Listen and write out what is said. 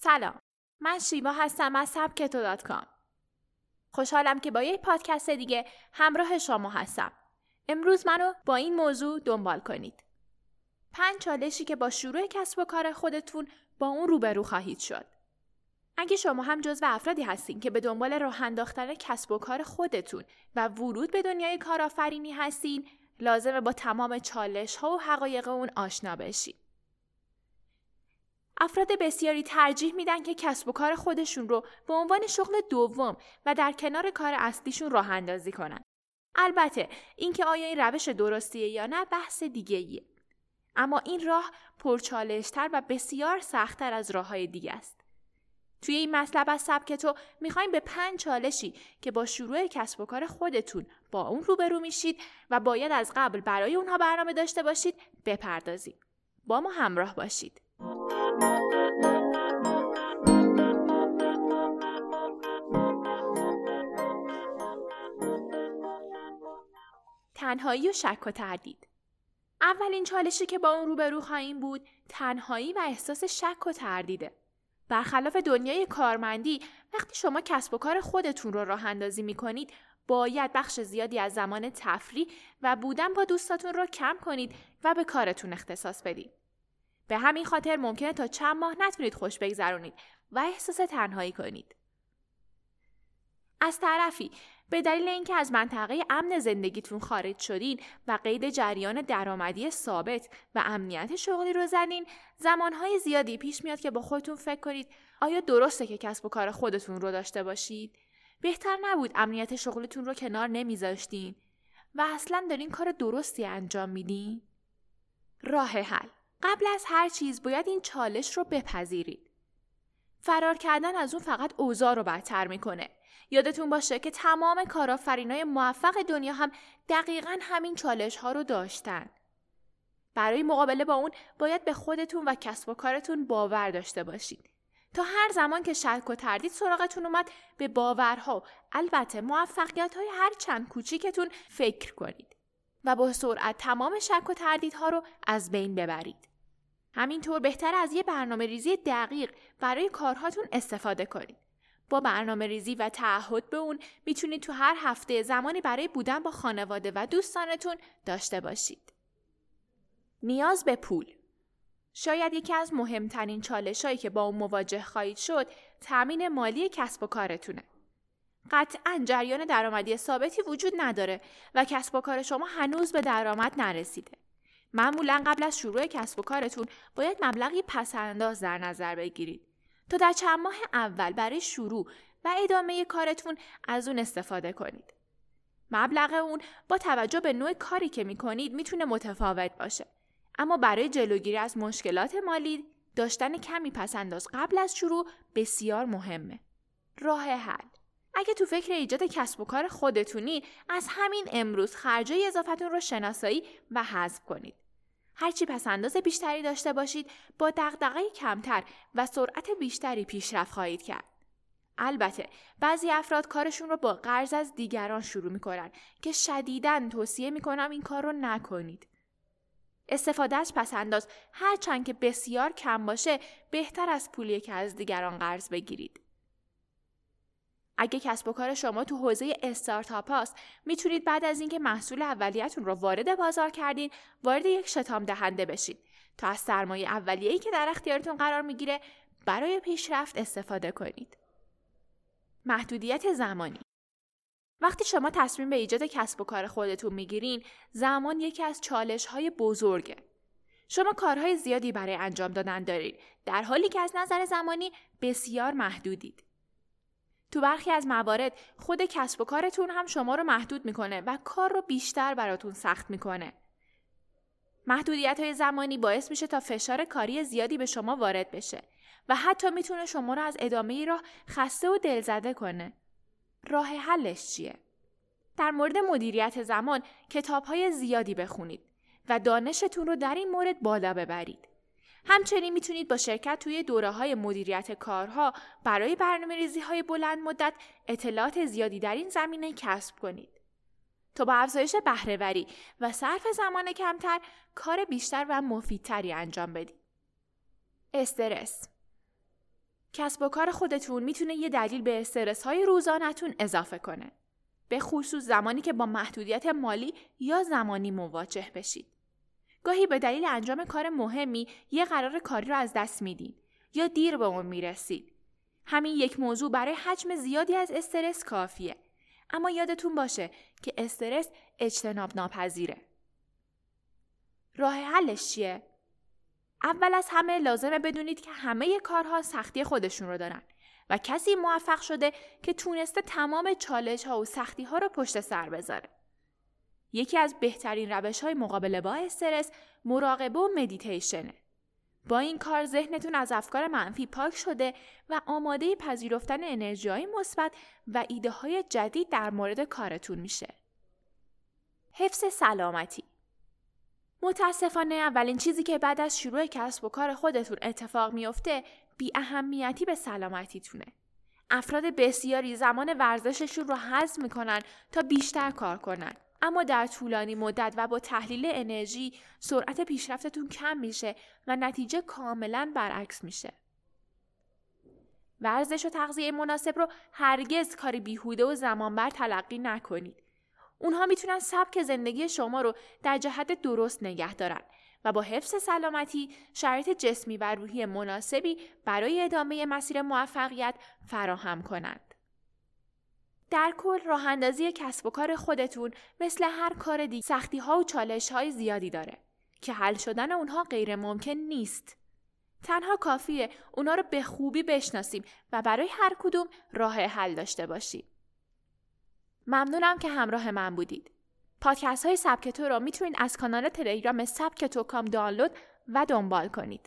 سلام، من شیوا هستم از sabketo.com. خوشحالم که با یک پادکست دیگه همراه شما هستم. امروز منو با این موضوع دنبال کنید. 5 چالشی که با شروع کسب و کار خودتون با اون روبرو خواهید شد. اگه شما هم جزو افرادی هستین که به دنبال راه انداختن کسب و کار خودتون و ورود به دنیای کارآفرینی هستین، لازمه با تمام چالش‌ها و حقایق اون آشنا بشین. افراد بسیاری ترجیح میدن که کسب و کار خودشون رو به عنوان شغل دوم و در کنار کار اصلیشون راه اندازی کنن. البته اینکه آیا این روش درستیه یا نه بحث دیگه‌ایه. اما این راه پرچالش‌تر و بسیار سخت‌تر از راه‌های دیگه است. توی این مطلب از سبکتو میخوایم به 5 چالشی که با شروع کسب و کار خودتون با اون روبرو میشید و باید از قبل برای اونها برنامه داشته باشید بپردازیم. با ما همراه باشید. تنهایی و شک و تردید. اولین چالشی که با اون روبرو خواهیم بود تنهایی و احساس شک و تردیده. برخلاف دنیای کارمندی، وقتی شما کسب و کار خودتون رو راه اندازی می‌کنید، باید بخش زیادی از زمان تفریح و بودن با دوستاتون رو کم کنید و به کارتون اختصاص بدید. به همین خاطر ممکنه تا چند ماه نتونید خوش بگذرونید و احساس تنهایی کنید. از طرفی به دلیل اینکه از منطقه امن زندگیتون خارج شدین و قید جریان درآمدی ثابت و امنیت شغلی رو زدین، زمانهای زیادی پیش میاد که با خودتون فکر کنید آیا درسته که کسب و کار خودتون رو داشته باشید؟ بهتر نبود امنیت شغلتون رو کنار نمیذاشتین و اصلاً دارین کار درستی انجام میدین؟ راه حل: قبل از هر چیز باید این چالش رو بپذیرید. فرار کردن از اون فقط اوضاع رو بدتر میکنه. یادتون باشه که تمام کارآفرینای موفق دنیا هم دقیقاً همین چالش ها رو داشتن. برای مقابله با اون باید به خودتون و کسب و کارتون باور داشته باشید. تا هر زمان که شک و تردید سراغتون اومد به باورها، البته موفقیت‌های هر چند کوچیکتون فکر کنید و با سرعت تمام شک و تردیدها رو از بین ببرید. همینطور بهتر از یه برنامه‌ریزی دقیق برای کارهاتون استفاده کنید. با برنامه‌ریزی و تعهد به اون میتونید تو هر هفته زمانی برای بودن با خانواده و دوستانتون داشته باشید. نیاز به پول. شاید یکی از مهمترین چالش‌هایی که با اون مواجه خواهید شد تامین مالی کسب و کارتونه. قطعاً جریان درآمدی ثابتی وجود نداره و کسب و کار شما هنوز به درآمد نرسیده. معمولاً قبل از شروع کسب و کارتون باید مبلغی پس‌انداز در نظر بگیرید تا در چند ماه اول برای شروع و ادامه کارتون از اون استفاده کنید. مبلغ اون با توجه به نوع کاری که میکنید میتونه متفاوت باشه. اما برای جلوگیری از مشکلات مالی داشتن کمی پس‌انداز قبل از شروع بسیار مهمه. راه حل: اگه تو فکر ایجاد کسب و کار خودتونی، از همین امروز خرجای اضافتون رو شناسایی و حذف کنید. هرچی پس‌انداز بیشتری داشته باشید با دغدغه کمتر و سرعت بیشتری پیشرفت خواهید کرد. البته بعضی افراد کارشون رو با قرض از دیگران شروع میکنن که شدیداً توصیه میکنم این کار رو نکنید. استفاده از پس‌انداز هرچند که بسیار کم باشه بهتر از پولیه که از دیگران قرض بگیرید. اگه کسب و کار شما تو حوزه استارتاپ هاست، میتونید بعد از اینکه محصول اولیه‌تون رو وارد بازار کردین، وارد یک شتام دهنده بشید تا از سرمایه اولیه‌ای که در اختیارتون قرار میگیره برای پیشرفت استفاده کنید. محدودیت زمانی. وقتی شما تصمیم به ایجاد کسب و کار خودتون میگیرین، زمان یکی از چالش‌های بزرگه. شما کارهای زیادی برای انجام دادن دارید، در حالی که از نظر زمانی بسیار محدودید. تو برخی از موارد خود کسب و کارتون هم شما رو محدود میکنه و کار رو بیشتر براتون سخت میکنه. محدودیت‌های زمانی باعث میشه تا فشار کاری زیادی به شما وارد بشه و حتی میتونه شما رو از ادامه راه خسته و دلزده کنه. راه حلش چیه؟ در مورد مدیریت زمان کتاب‌های زیادی بخونید و دانشتون رو در این مورد بالا ببرید. همچنین میتونید با شرکت توی دوره‌های مدیریت کارها برای برنامه‌ریزی‌های بلند مدت اطلاعات زیادی در این زمینه کسب کنید تا با افزایش بهره‌وری و صرف زمان کمتر کار بیشتر و مفیدتری انجام بدید. استرس. کسب و کار خودتون میتونه یه دلیل به استرس های روزانه‌تون اضافه کنه. به خصوص زمانی که با محدودیت مالی یا زمانی مواجه بشید. گاهی به دلیل انجام کار مهمی یه قرار کاری رو از دست میدین یا دیر به اون میرسید. همین یک موضوع برای حجم زیادی از استرس کافیه. اما یادتون باشه که استرس اجتناب ناپذیره. راه حلش چیه؟ اول از همه لازمه بدونید که همه کارها سختی خودشون رو دارن و کسی موفق شده که تونسته تمام چالش‌ها و سختی‌ها رو پشت سر بذاره. یکی از بهترین روش‌های مقابله با استرس مراقبه و مدیتیشنه. با این کار ذهنتون از افکار منفی پاک شده و آماده پذیرفتن انرژی‌های مثبت و ایده‌های جدید در مورد کارتون میشه. حفظ سلامتی. متاسفانه اولین چیزی که بعد از شروع کسب و کار خودتون اتفاق میفته بی اهمیتی به سلامتیتونه. افراد بسیاری زمان ورزششون رو حذف میکنن تا بیشتر کار کنن. اما در طولانی مدت و با تحلیل انرژی سرعت پیشرفتتون کم میشه و نتیجه کاملا برعکس میشه. ورزش و تغذیه مناسب رو هرگز کاری بیهوده و زمانبر تلقی نکنید. اونها میتونن سبک زندگی شما رو در جهت درست نگه دارن و با حفظ سلامتی شرایط جسمی و روحی مناسبی برای ادامه مسیر موفقیت فراهم کنند. در کل راه اندازی کسب و کار خودتون مثل هر کار دیگه سختی‌ها و چالش‌های زیادی داره که حل شدن اونها غیر ممکن نیست. تنها کافیه اونا رو به خوبی بشناسیم و برای هر کدوم راه حل داشته باشیم. ممنونم که همراه من بودید. پادکست های سبک تو رو میتونید از کانال تلگرام سبک تو کام دانلود و دنبال کنید.